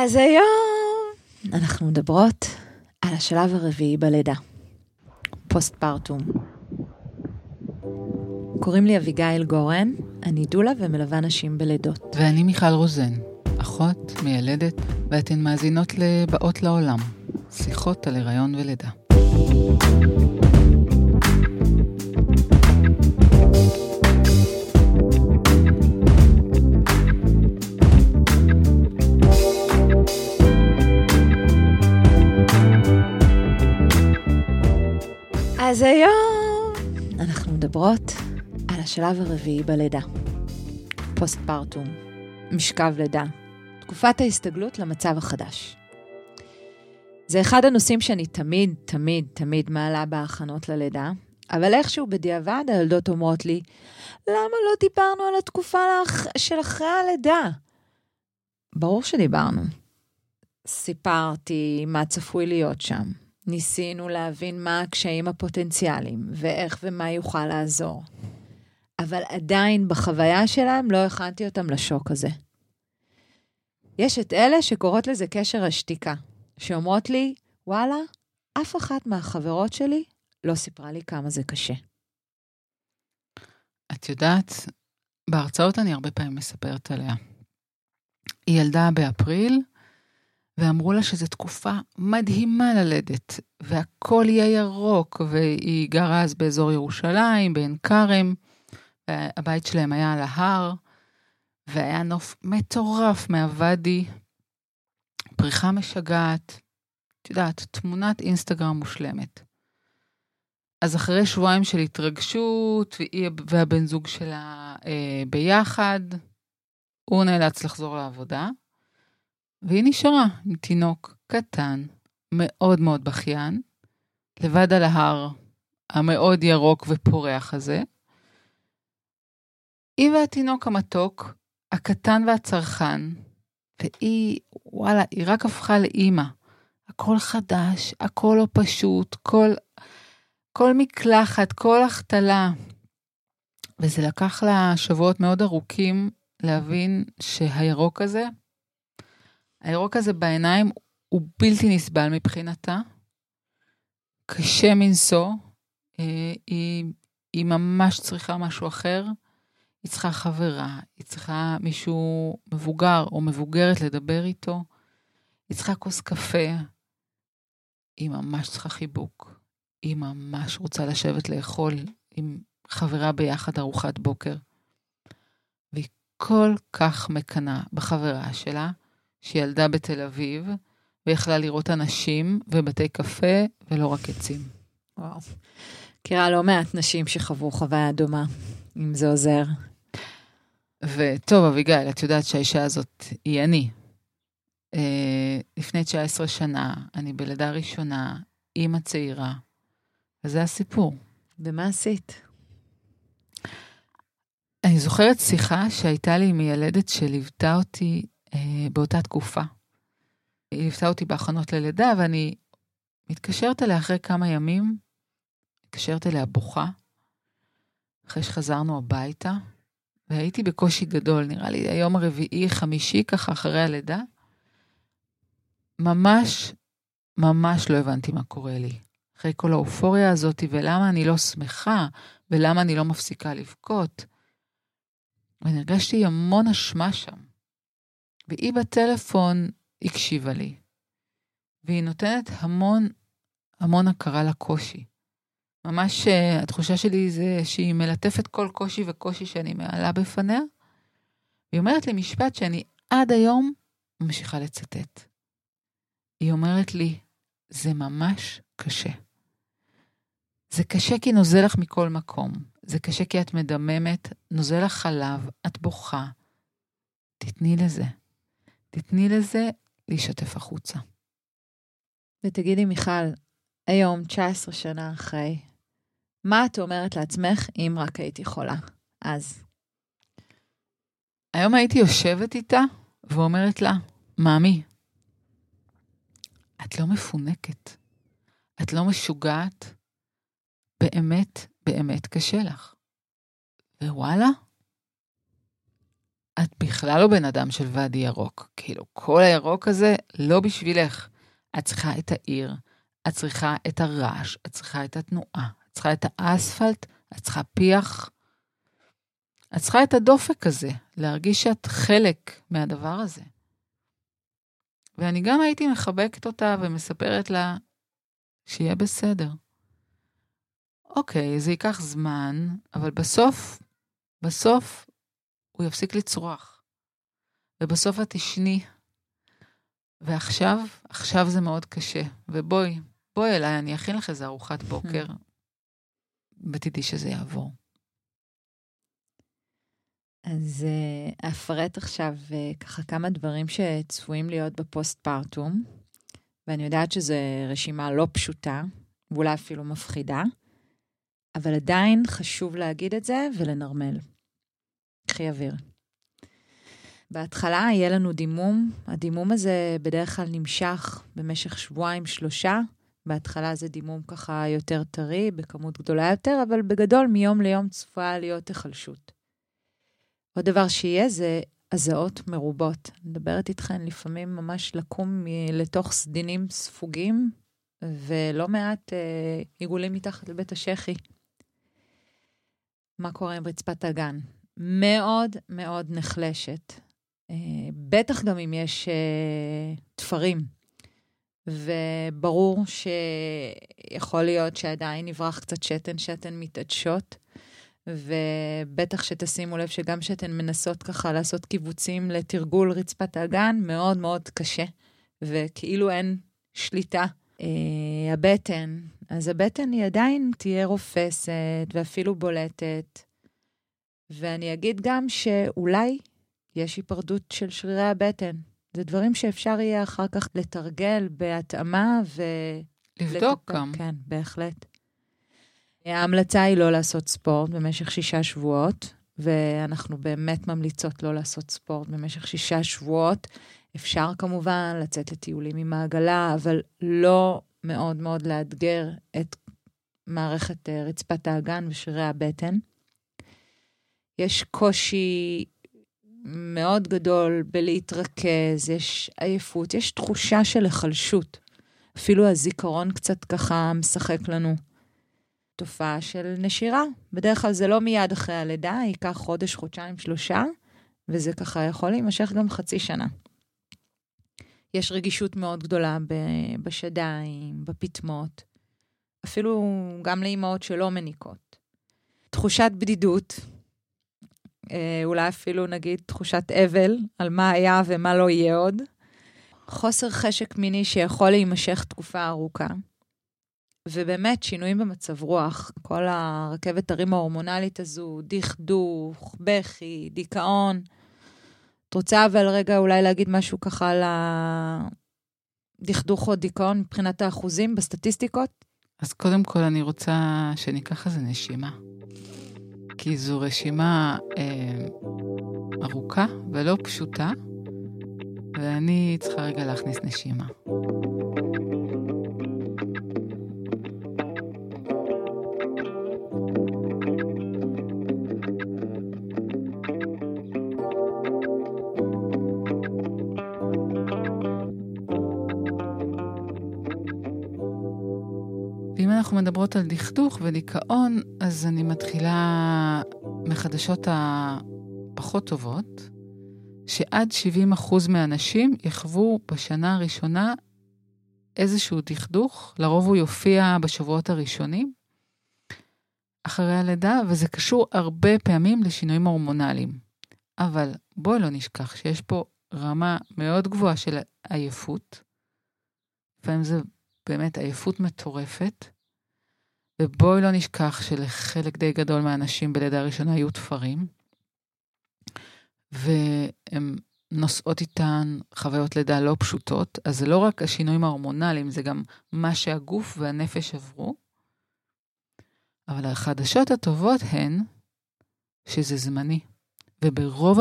אז היום אנחנו מדברות על השלב הרביעי בלידה, פוסט פרטום. קוראים לי אביגיל גורן, אני דולה ומלווה נשים בלידות. ואני מיכל רוזן, אחות, מיילדת, ואתן מאזינות לבאות לעולם, שיחות על הריון ולידה. אז היום אנחנו מדברות על השלב הרביעי בלידה, פוסט פרטום, משכב לידה, תקופת ההסתגלות למצב החדש. זה אחד הנושאים שאני תמיד מעלה בהכנות ללידה, אבל איכשהו בדיעבד הילדות אומרות לי, למה לא דיברנו על התקופה של אחרי הלידה? ברור שדיברנו. סיפרתי מה צפוי להיות שם. ניסינו להבין מה הקשיים הפוטנציאליים, ואיך ומה יוכל לעזור. אבל עדיין בחוויה שלהם לא הכנתי אותם לשוק הזה. יש את אלה שקוראות לזה קשר השתיקה, שאומרות לי, וואלה, אף אחת מהחברות שלי לא סיפרה לי כמה זה קשה. את יודעת, בהרצאות אני הרבה פעמים מספרת עליה. היא ילדה באפריל, ואמרו לה שזו תקופה מדהימה ללדת, והכל יהיה ירוק, והיא גרה אז באזור ירושלים, בעין כרם, והבית שלהם היה על ההר, והיה נוף מטורף מהוואדי, פריחה משגעת, את יודעת, תמונת אינסטגרם מושלמת. אז אחרי שבועיים של התרגשות, והיא והבן זוג שלה ביחד, הוא נאלץ לחזור לעבודה, והיא נשארה עם תינוק קטן, מאוד מאוד בכיין, לבד על ההר המאוד ירוק ופורח הזה. היא והתינוק המתוק, הקטן והצרכן, והיא, וואלה, היא רק הפכה לאימא. הכל חדש, הכל לא פשוט, כל מקלחת, כל החתלה. וזה לקח לה שבועות מאוד ארוכים להבין שהירוק הזה בעיניים הוא בלתי נסבל מבחינתה, קשה מנסוע, היא ממש צריכה משהו אחר, היא צריכה חברה, היא צריכה מישהו מבוגר או מבוגרת לדבר איתו, היא צריכה כוס קפה, היא ממש צריכה חיבוק, היא ממש רוצה לשבת לאכול עם חברה ביחד ארוחת בוקר, והיא כל כך מקנה בחברה שלה, שהיא ילדה בתל אביב, ויכלה לראות אנשים ובתי קפה, ולא רק עצים. וואו. מכירה לא מעט נשים שחוו חוויה דומה, אם זה עוזר. וטוב, אביגיל, את יודעת שהאישה הזאת היא אני. לפני 19 שנה, אני בלידה ראשונה, אימא צעירה, וזה הסיפור. ומה עשית? אני זוכרת שיחה שהייתה לי מילדת שליוותה אותי, באותה תקופה. היא ליוותה אותי בהכנות ללידה, ואני מתקשרת אליה אחרי כמה ימים, מתקשרת אליה בוכה, אחרי שחזרנו הביתה, והייתי בקושי גדול, נראה לי היום הרביעי, חמישי, ככה אחרי הלידה, ממש לא הבנתי מה קורה לי. אחרי כל האופוריה הזאת, ולמה אני לא שמחה, ולמה אני לא מפסיקה לבכות. ונרגשתי המון אשמה שם. והיא בטלפון הקשיבה לי, והיא נותנת המון הכרה לקושי. ממש התחושה שלי זה שהיא מלטפת כל קושי וקושי שאני מעלה בפניה, והיא אומרת לי משפט שאני עד היום ממשיכה לצטט. היא אומרת לי, זה ממש קשה. זה קשה כי נוזל לך מכל מקום, זה קשה כי את מדממת, נוזל לך חלב, את בוכה. תתני לזה להישטף החוצה. ותגידי מיכל, היום 19 שנה אחרי, מה את אומרת לעצמך אם רק הייתי חולה? אז. היום הייתי יושבת איתה ואומרת לה, מאמי, את לא מפונקת, את לא משוגעת, באמת קשה לך. ווואלה, את בכלל לא בן אדם של ואדי ירוק. כאילו, כל הירוק הזה לא בשבילך. את צריכה את העיר, את צריכה את הרעש, את צריכה את התנועה, את צריכה את האספלט, את צריכה פיח. את צריכה את הדופק הזה, להרגיש שאת חלק מהדבר הזה. ואני גם הייתי מחבקת אותה ומספרת לה שיהיה בסדר. אוקיי, זה ייקח זמן, אבל בסוף הוא יפסיק לצרוח. ובסוף את תשני. ועכשיו זה מאוד קשה. ובואי אליי, אני אכין לך איזה ארוחת בוקר, ותדעי שזה יעבור. אז אפרט עכשיו ככה כמה דברים שצפויים להיות בפוסט-פרטום, ואני יודעת שזו רשימה לא פשוטה, ואולי אפילו מפחידה, אבל עדיין חשוב להגיד את זה ולנרמל. קחי אוויר. בהתחלה יהיה לנו דימום, הדימום הזה בדרך כלל נמשך במשך 2-3 שבועות, בהתחלה זה דימום ככה יותר טרי, בכמות גדולה יותר, אבל בגדול מיום ליום צפויה להיות החלשות. עוד דבר שיהיה זה הזעות מרובות. מדברת איתכן לפעמים ממש לקום לתוך סדינים ספוגים, ולא מעט עיגולים מתחת לבית השכי. מה קורה עם רצפת הגן? מאוד מאוד נחלשת. בטח גם אם יש תפרים. וברור שיכול להיות שעדיין יברח קצת שתן שאתן מתעדשות, ובטח שתשימו לב שגם שאתן מנסות ככה לעשות קיבוצים לתרגול רצפת הגן, מאוד מאוד קשה, וכאילו אין שליטה. הבטן, אז הבטן היא עדיין תהיה רופסת ואפילו בולטת, ואני אגיד גם שאולי יש היפרדות של שרירי הבטן. זה דברים שאפשר יהיה אחר כך לתרגל בהתאמה לבדוק גם. כן, בהחלט. ההמלצה היא לא לעשות ספורט במשך 6 שבועות, ואנחנו באמת ממליצות לא לעשות ספורט במשך 6 שבועות. אפשר כמובן לצאת לטיולים עם העגלה, אבל לא מאוד מאוד לאתגר את מערכת רצפת האגן ושרירי הבטן. יש קושי מאוד גדול בלהתרכז, יש עייפות, יש תחושה של החלשות. אפילו הזיכרון קצת ככה משחק לנו. תופעה של נשירה. בדרך כלל זה לא מיד אחרי הלידה, ייקח חודש, חודשיים, 3, וזה ככה יכול להימשך גם חצי שנה. יש רגישות מאוד גדולה בשדיים, בפתמות, אפילו גם לאמהות שלא מניקות. תחושת בדידות, אולי אפילו נגיד תחושת אבל על מה היה ומה לא יהיה עוד. חוסר חשק מיני שיכול להימשך תקופה ארוכה. ובאמת שינויים במצב רוח, כל הרכבת הרים ההורמונלית הזו, דכדוך, בכי, דיכאון. את רוצה אבל רגע אולי להגיד משהו ככה על הדכדוך או דיכאון מבחינת האחוזים בסטטיסטיקות? אז קודם כל אני רוצה שניקח איזה נשימה. כי זו רשימה ארוכה ולא פשוטה, ואני צריכה רגע להכניס נשימה. ואם אנחנו מדברות על דכדוך ודיכאון, אז אני מתחילה מחדשות הפחות טובות, שעד 70% מהאנשים יחוו בשנה הראשונה איזשהו דכדוך, לרוב הוא יופיע בשבועות הראשונים, אחרי הלידה, וזה קשור הרבה פעמים לשינויים הורמונליים. אבל בואי לא נשכח שיש פה רמה מאוד גבוהה של עייפות, לפעמים זה באמת עייפות מטורפת, ובואי לא נשכח שלחלק די גדול מהאנשים בלידה הראשונה היו תפרים, והן נושאות איתן חוויות לידה לא פשוטות, אז זה לא רק השינויים ההורמונליים, זה גם מה שהגוף והנפש עברו, אבל החדשות הטובות הן שזה זמני, וברוב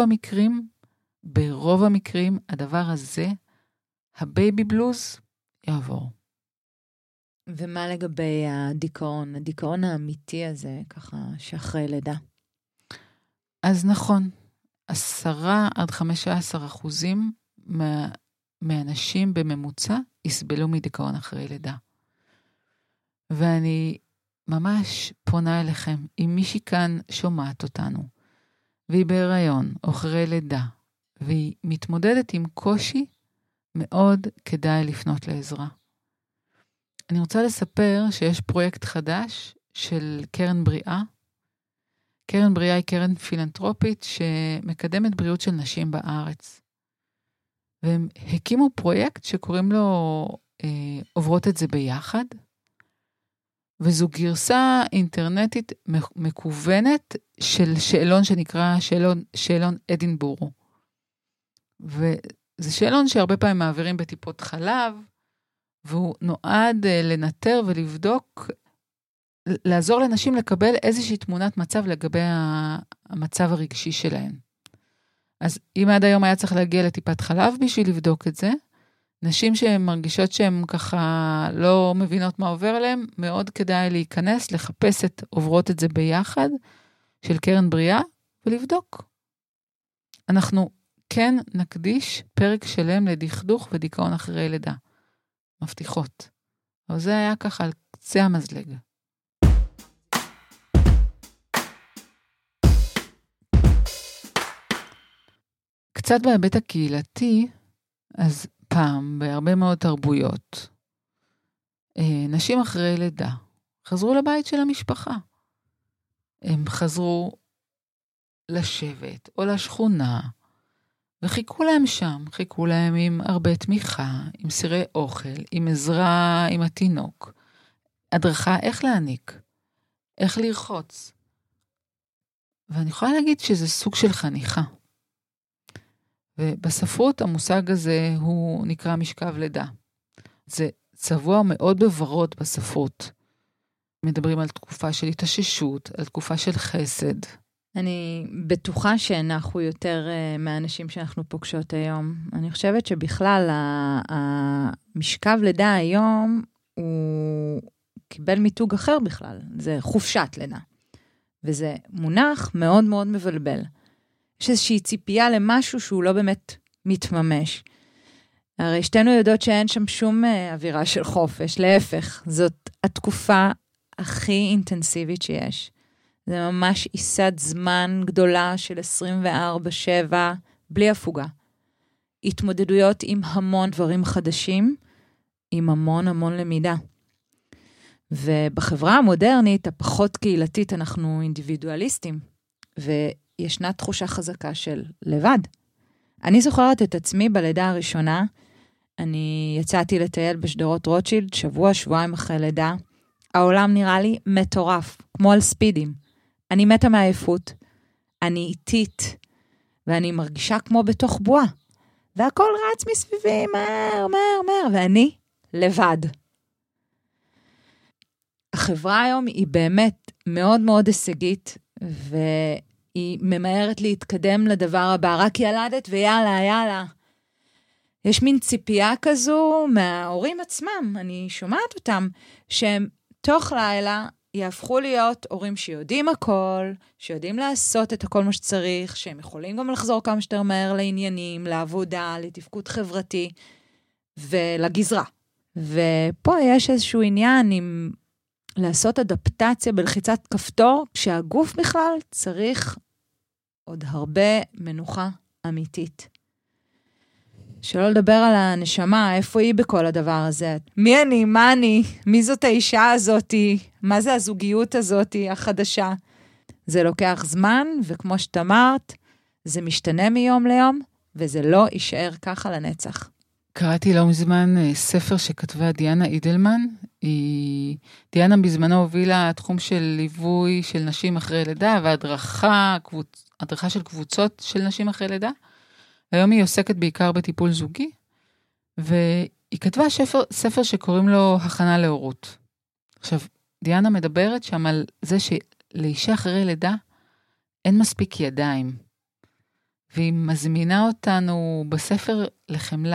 המקרים, הדבר הזה, הבייבי בלוז, יעבור. ומה לגבי הדיכאון האמיתי הזה, ככה שאחרי לידה? אז נכון, 10-15% מהאנשים בממוצע יסבלו מדיכאון אחרי לידה. ואני ממש פונה אליכם, אם מישהי כאן שומעת אותנו, והיא בהיריון או אחרי לידה, והיא מתמודדת עם קושי, מאוד כדאי לפנות לעזרה. אני רוצה לספר שיש פרויקט חדש של קרן בריאה. קרן בריאה היא קרן פילנטרופית שמקדמת בריאות של נשים בארץ. והם הקימו פרויקט שקוראים לו עוברות את זה ביחד, וזו גרסה אינטרנטית מקוונת של שאלון שנקרא שאלון אדינבורו. וזה שאלון שהרבה פעמים מעבירים בטיפות חלב, והוא נועד לנטר ולבדוק, לעזור לנשים לקבל איזושהי תמונת מצב לגבי המצב הרגשי שלהן. אז אם עד היום היה צריך להגיע לטיפת חלב בשביל לבדוק את זה, נשים שהן מרגישות שהן ככה לא מבינות מה עובר עליהן, מאוד כדאי להיכנס, לחפש את עוברות את זה ביחד, של קרן בריאה, ולבדוק. אנחנו כן נקדיש פרק שלם לדכדוך ודיכאון אחרי לידה. מבטיחות. אבל זה היה ככה על קצה המזלג. קצת בהיבט הקהילתי, אז פעם, בהרבה מאוד תרבויות, נשים אחרי לידה חזרו לבית של המשפחה. הם חזרו לשבט או לשכונה, וחיכו להם שם, חיכו להם עם הרבה תמיכה, עם סירי אוכל, עם עזרה עם התינוק, הדרכה איך להעניק, איך לרחוץ. ואני יכולה להגיד שזה סוג של חניכה. ובספרות המושג הזה הוא נקרא משכב לידה. זה צבוע מאוד בוורוד בספרות. מדברים על תקופה של התאוששות, על תקופה של חסד. אני בטוחה שאנחנו יותר מהאנשים שאנחנו פוגשות היום. אני חושבת שבכלל המשכב לידה היום הוא קיבל מיתוג אחר בכלל. זה חופשת לידה. וזה מונח מאוד מאוד מבלבל. יש איזושהי ציפייה למשהו שהוא לא באמת מתממש. הרי שתינו יודעות שאין שם שום אווירה של חופש, להפך, זאת התקופה הכי אינטנסיבית שיש. זה ממש עיסת זמן גדולה של 24/7, בלי הפוגה. התמודדויות עם המון דברים חדשים, עם המון למידה. ובחברה המודרנית, הפחות קהילתית, אנחנו אינדיבידואליסטים, וישנה תחושה חזקה של לבד. אני זוכרת את עצמי בלידה הראשונה, אני יצאתי לטייל בשדרות רוטשילד, שבועיים אחרי לידה, העולם נראה לי מטורף, כמו על ספידים. אני מתה מעייפות, אני איטית, ואני מרגישה כמו בתוך בועה. והכל רץ מסביבי, מהר, ואני לבד. החברה היום היא באמת מאוד מאוד הישגית, והיא ממהרת להתקדם לדבר הבא, רק ילדת ויאללה. יש מין ציפייה כזו מההורים עצמם, אני שומעת אותם, שהם תוך לילה יהפכו להיות הורים שיודעים הכל, שיודעים לעשות את הכל מה שצריך, שהם יכולים גם לחזור כמה שיותר מהר לעניינים, לעבודה, לתפקוד חברתי ולגזרה. ופה יש איזשהו עניין עם לעשות אדפטציה בלחיצת כפתור, כשהגוף בכלל צריך עוד הרבה מנוחה אמיתית. שלא לדבר על הנשמה, איפה היא בכל הדבר הזה? מי אני? מה אני? מי זאת האישה הזאת? מה זה הזוגיות הזאת החדשה? זה לוקח זמן, וכמו שאת אמרת, זה משתנה מיום ליום, וזה לא יישאר ככה לנצח. קראתי לא מזמן ספר שכתבה דיאנה אידלמן. דיאנה בזמנו הובילה תחום של ליווי של נשים אחרי לידה, והדרכה של קבוצות של נשים אחרי לידה. היום היא עוסקת בעיקר בטיפול זוגי, והיא כתבה ספר שקוראים לו הכנה להורות. עכשיו, דיאנה מדברת שם על זה שלאישה אחרי לידה אין מספיק ידיים, והיא מזמינה אותנו בספר לחמלה,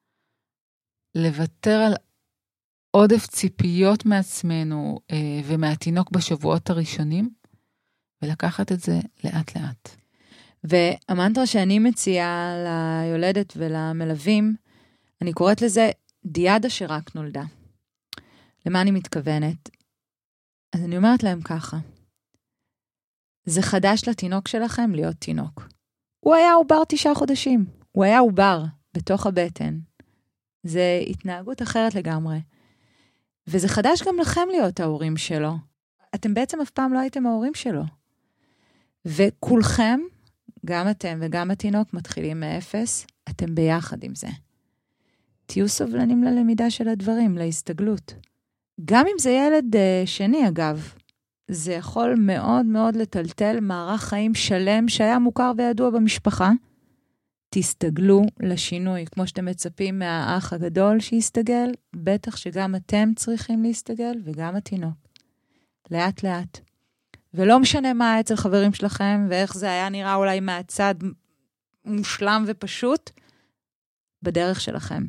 לוותר על עודף ציפיות מעצמנו ומהתינוק בשבועות הראשונים, ולקחת את זה לאט לאט. והמנטרה שאני מציעה ליולדת ולמלווים, אני קוראת לזה דיאדה שרק נולדה. למה אני מתכוונת? אז אני אומרת להם ככה, זה חדש לתינוק שלכם להיות תינוק. הוא היה עובר 9 חודשים, הוא היה עובר בתוך הבטן. זה התנהגות אחרת לגמרי. וזה חדש גם לכם להיות ההורים שלו. אתם בעצם אף פעם לא הייתם ההורים שלו. וכולכם, גם אתם וגם התינוק, מתחילים מאפס, אתם ביחד עם זה. תהיו סובלנים ללמידה של הדברים, להסתגלות. גם אם זה ילד שני, אגב, זה יכול מאוד מאוד לטלטל מערך חיים שלם שהיה מוכר וידוע במשפחה. תסתגלו לשינוי, כמו שאתם מצפים מהאח הגדול שיסתגל, בטח שגם אתם צריכים להסתגל וגם התינוק. לאט לאט. ולא משנה מה אצל חברים שלכם, ואיך זה היה נראה אולי מהצד מושלם ופשוט, בדרך שלכם.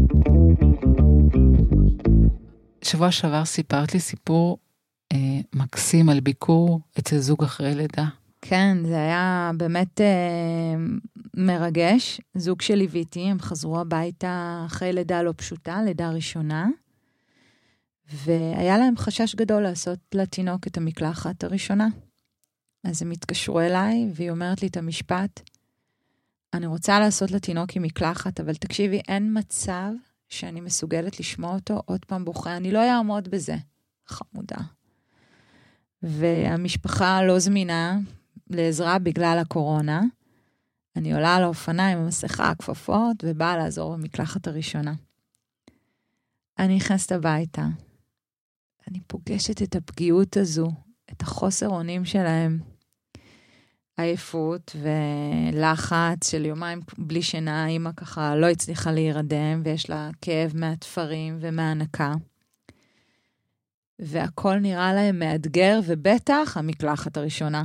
שבוע שעבר סיפרת לי סיפור מקסים על ביקור אצל זוג אחרי לידה. כן, זה היה באמת מרגש. זוג שליוויתי, הם חזרו הביתה אחרי לידה לא פשוטה, לידה ראשונה, והיה להם חשש גדול לעשות לתינוק את המקלחת הראשונה. אז הם התקשרו אליי, והיא אומרת לי את המשפט, אני רוצה לעשות לתינוק עם מקלחת, אבל תקשיבי, אין מצב שאני מסוגלת לשמוע אותו עוד פעם בוכה, אני לא אעמוד בזה. חמודה. והמשפחה לא זמינה לעזרה בגלל הקורונה. אני עולה על האופניים עם המסכה, הכפפות, ובאה לעזור במקלחת הראשונה. אני נכנסת הביתה. אני פוגשת את הפגיעות הזו, את החוסר אונים שלהם. עייפות ולחץ של יומיים בלי שינה, אמא ככה לא הצליחה להירדם, ויש לה כאב מהתפרים ומהנקה. והכל נראה להם מאתגר, ובטח המקלחת הראשונה.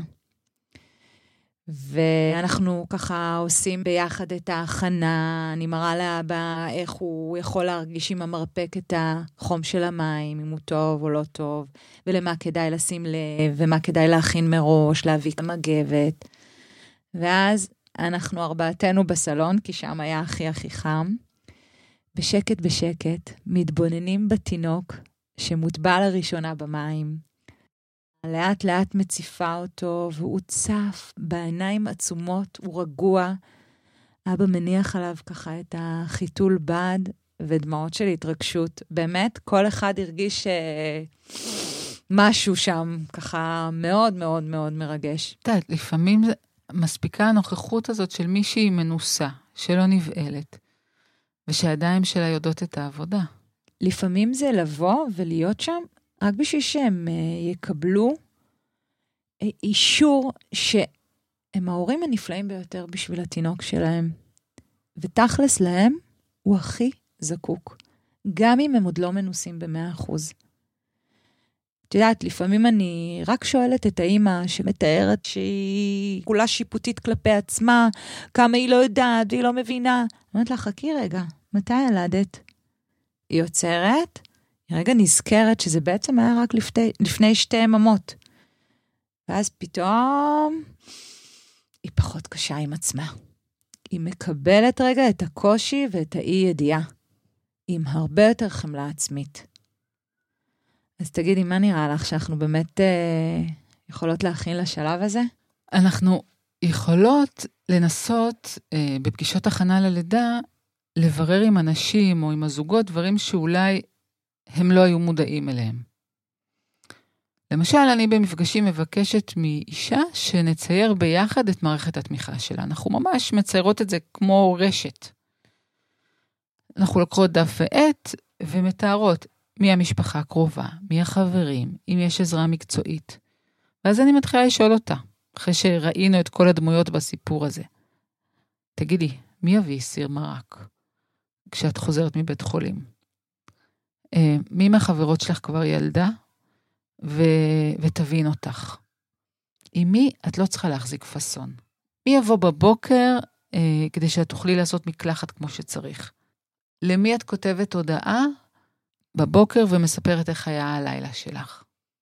ואנחנו ככה עושים ביחד את ההכנה, אני מראה לאבא איך הוא יכול להרגיש עם המרפק את החום של המים, אם הוא טוב או לא טוב, ולמה כדאי לשים לב, ומה כדאי להכין מראש, להביא את המגבת. ואז אנחנו 4 בסלון, כי שם היה הכי חם, בשקט בשקט, מתבוננים בתינוק, שמוטבע לראשונה במים, לאט לאט מציפה אותו, והוא צף בעיניים עצומות, הוא רגוע. אבא מניח עליו ככה את החיתול בד, ודמעות של התרגשות. באמת, כל אחד הרגיש משהו שם, ככה מאוד מאוד מאוד מרגש. לפעמים מספיקה הנוכחות הזאת של מישהי מנוסה, שלא נבעלת, ושהידיים שלה יודעות את העבודה. לפעמים זה לבוא ולהיות שם, רק בשביל שהם יקבלו אישור שהם ההורים הנפלאים ביותר בשביל התינוק שלהם. ותכלס להם הוא הכי זקוק. גם אם הם עוד לא מנוסים ב100%. את יודעת, לפעמים אני רק שואלת את האמא שמתארת שהיא כולה שיפוטית כלפי עצמה, כמה היא לא יודעת והיא לא מבינה. אני אומרת לה, חכי רגע, מתי ילדת? היא יוצרת, היא רגע נזכרת שזה בעצם היה רק לפני 2 יממות. ואז פתאום היא פחות קשה עם עצמה. היא מקבלת רגע את הקושי ואת האי ידיעה. עם הרבה יותר חמלה עצמית. אז תגידי, מה נראה לך שאנחנו באמת יכולות להכין לשלב הזה? אנחנו יכולות לנסות בפגישות הכנה ללידה, לברר עם אנשים או עם הזוגות דברים שאולי הם לא היו מודעים אליהם. למשל, אני במפגשים מבקשת מאישה שנצייר ביחד את מערכת התמיכה שלה. אנחנו ממש מציירות את זה כמו רשת. אנחנו לוקחות דף ועט ומתארות מי המשפחה הקרובה, מי החברים, אם יש עזרה מקצועית. ואז אני מתחילה לשאול אותה, אחרי שראינו את כל הדמויות בסיפור הזה. תגידי, מי יביא סיר מרק כשאת חוזרת מבית חולים? מי מהחברות שלך כבר ילדה? ותבין אותך. עם מי את לא צריכה להחזיק פסון? מי יבוא בבוקר כדי שאת תוכלי לעשות מקלחת כמו שצריך? למי את כותבת הודעה בבוקר ומספרת איך היה הלילה שלך?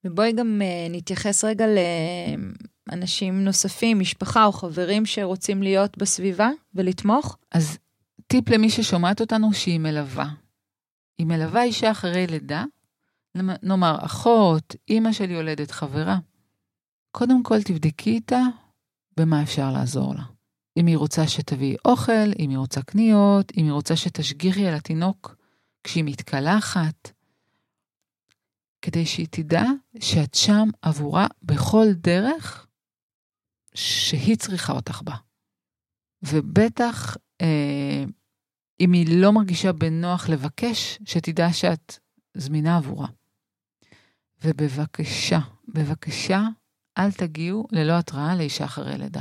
ובואי גם נתייחס רגע לאנשים נוספים, משפחה או חברים שרוצים להיות בסביבה ולתמוך. אז טיפ למי ששומעת אותנו שהיא מלווה. היא מלווה אישה אחרי לידה, נאמר אחות, אמא של יולדת, חברה. קודם כל תבדקי איתה במה אפשר לעזור לה. אם היא רוצה שתביא אוכל, אם היא רוצה קניות, אם היא רוצה שתשגיחי על התינוק כשהיא מתקלחת, כדי שהיא תדע שאת שם עבורה בכל דרך שהיא צריכה אותך בה. ובטח אם היא לא מרגישה בנוח לבקש, שתדע שאת זמינה עבורה. ובבקשה, בבקשה, אל תגיעו ללא התראה לאישה אחרי לידה.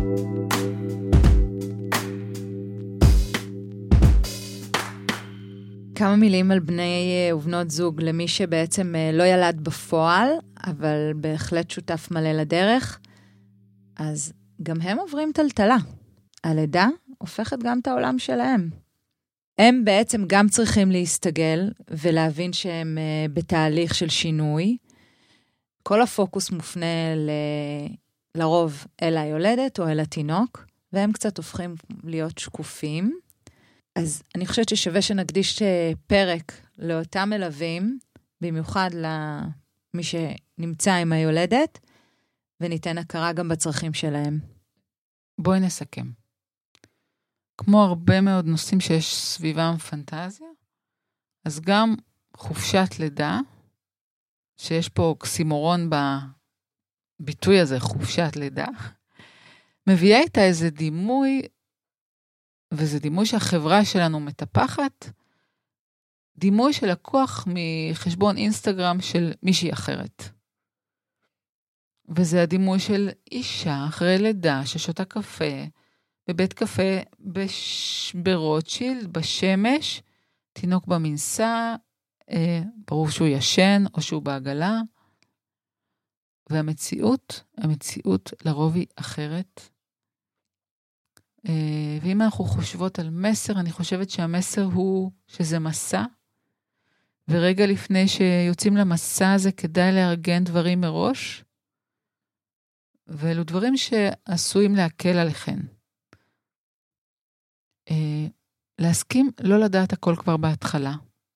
כמה מילים על בני ובנות זוג למי שבעצם לא ילד בפועל, אבל בהחלט שותף מלא לדרך. אז גם הם עוברים טלטלה. הלידה הופכת גם את העולם שלהם. הם בעצם גם צריכים להסתגל ולהבין שהם בתהליך של שינוי. כל הפוקוס מופנה לרוב אל היולדת או אל התינוק, והם קצת הופכים להיות שקופים. אז אני חושבת ששווה שנקדיש פרק לאותם מלווים, במיוחד למי שנמצא עם היולדת, וניתן הכרה גם בצרכים שלהם. בואי נסכם. כמו הרבה מאוד נושאים שיש סביבם פנטזיה, אז גם חופשת לידה, שיש פה אוקסימורון בביטוי הזה, חופשת לידה, מביאה איתה איזה דימוי, וזה דימוי שהחברה שלנו מטפחת, דימוי שלקוח מחשבון אינסטגרם של מישהי אחרת. וזה הדימוי של אישה אחרי לידה ששותה קפה, בבית קפה ברוטשילד, בשמש, תינוק במנסה, ברור שהוא ישן או שהוא בעגלה, והמציאות לרוב היא אחרת. ואם אנחנו חושבות על מסר, אני חושבת שהמסר הוא שזה מסע, ורגע לפני שיוצאים למסע הזה כדאי לארגן דברים מראש, ואלו דברים שעשויים להקל עליכם. להסכים לא לדעת הכל כבר בהתחלה.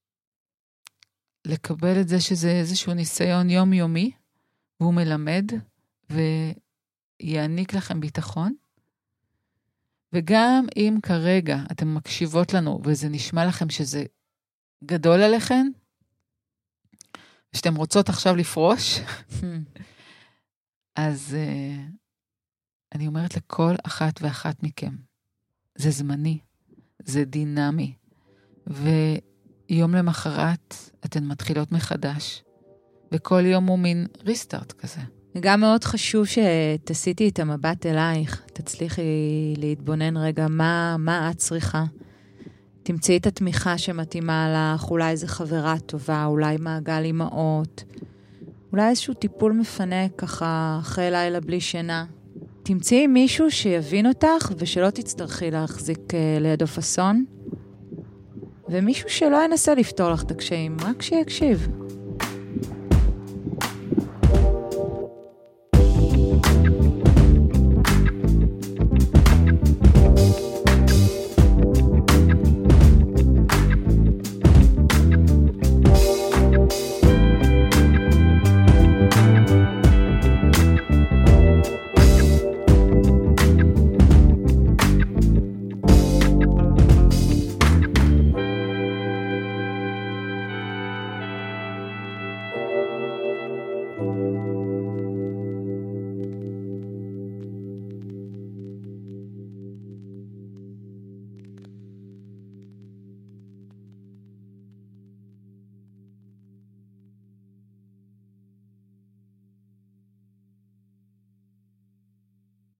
לקבל את זה שזה איזשהו ניסיון יומיומי, והוא מלמד ויעניק לכם ביטחון. וגם אם כרגע אתם מקשיבות לנו וזה נשמע לכם שזה גדול עליכם, ושאתם רוצות עכשיו לפרוש, אז אני אומרת לכל אחת ואחת מכם, זה זמני, זה דינמי, ויום למחרת אתן מתחילות מחדש, וכל יום הוא מין ריסטארט כזה. גם מאוד חשוב שתסיתי את המבט אלייך, תצליחי להתבונן רגע מה את צריכה. תמצאי את התמיכה שמתאימה לך, אולי איזו חברה טובה, אולי מעגל אמהות, אולי איזשהו טיפול מפנה ככה אחרי לילה בלי שינה. תמצאי מישהו שיבין אותך ושלא תצטרכי להחזיק לידו פסון, ומישהו שלא ינסה לפתור לך את הקשיים, רק שיקשיב.